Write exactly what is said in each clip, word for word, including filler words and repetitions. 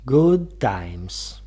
Good Times.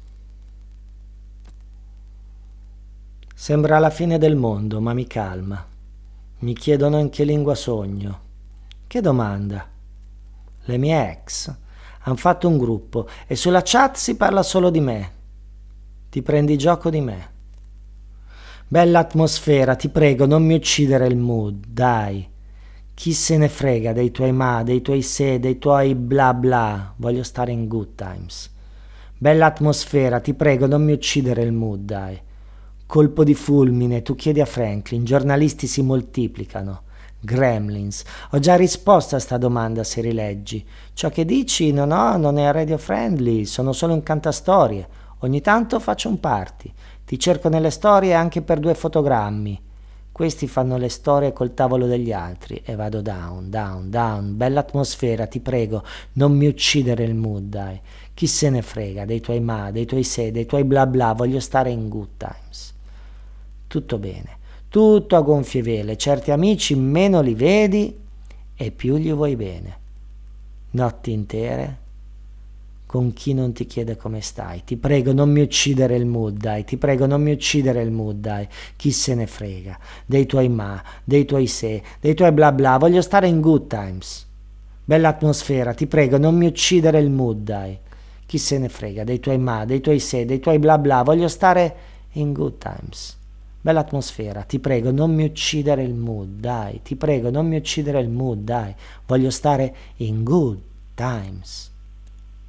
Sembra la fine del mondo, ma mi calma. Mi chiedono in che lingua sogno. Che domanda? Le mie ex han fatto un gruppo e sulla chat si parla solo di me. Ti prendi gioco di me? Bella atmosfera, ti prego, non mi uccidere il mood, dai. Chi se ne frega dei tuoi ma, dei tuoi se, dei tuoi bla bla. Voglio stare in good times. Bella atmosfera, ti prego, non mi uccidere il mood, dai. Colpo di fulmine, tu chiedi a Franklin, giornalisti si moltiplicano. Gremlins. Ho già risposto a sta domanda se rileggi. Ciò che dici no no, non è radio friendly, sono solo un cantastorie. Ogni tanto faccio un party. Ti cerco nelle storie anche per due fotogrammi. Questi fanno le storie col tavolo degli altri e vado down, down, down. Bella atmosfera, ti prego, non mi uccidere il mood, dai. Chi se ne frega dei tuoi ma, dei tuoi se, dei tuoi bla bla, voglio stare in good times. Tutto bene, tutto a gonfie vele, certi amici meno li vedi e più gli vuoi bene. Notti intere con chi non ti chiede come stai. Ti prego non mi uccidere il mood, dai, ti prego non mi uccidere il mood, dai. Chi se ne frega dei tuoi ma, dei tuoi se, dei tuoi bla bla, voglio stare in good times. Bella atmosfera, ti prego non mi uccidere il mood, dai. Chi se ne frega dei tuoi ma, dei tuoi se, dei tuoi bla bla, voglio stare in good times. Bella atmosfera, ti prego non mi uccidere il mood, dai, ti prego non mi uccidere il mood, dai, voglio stare in good times.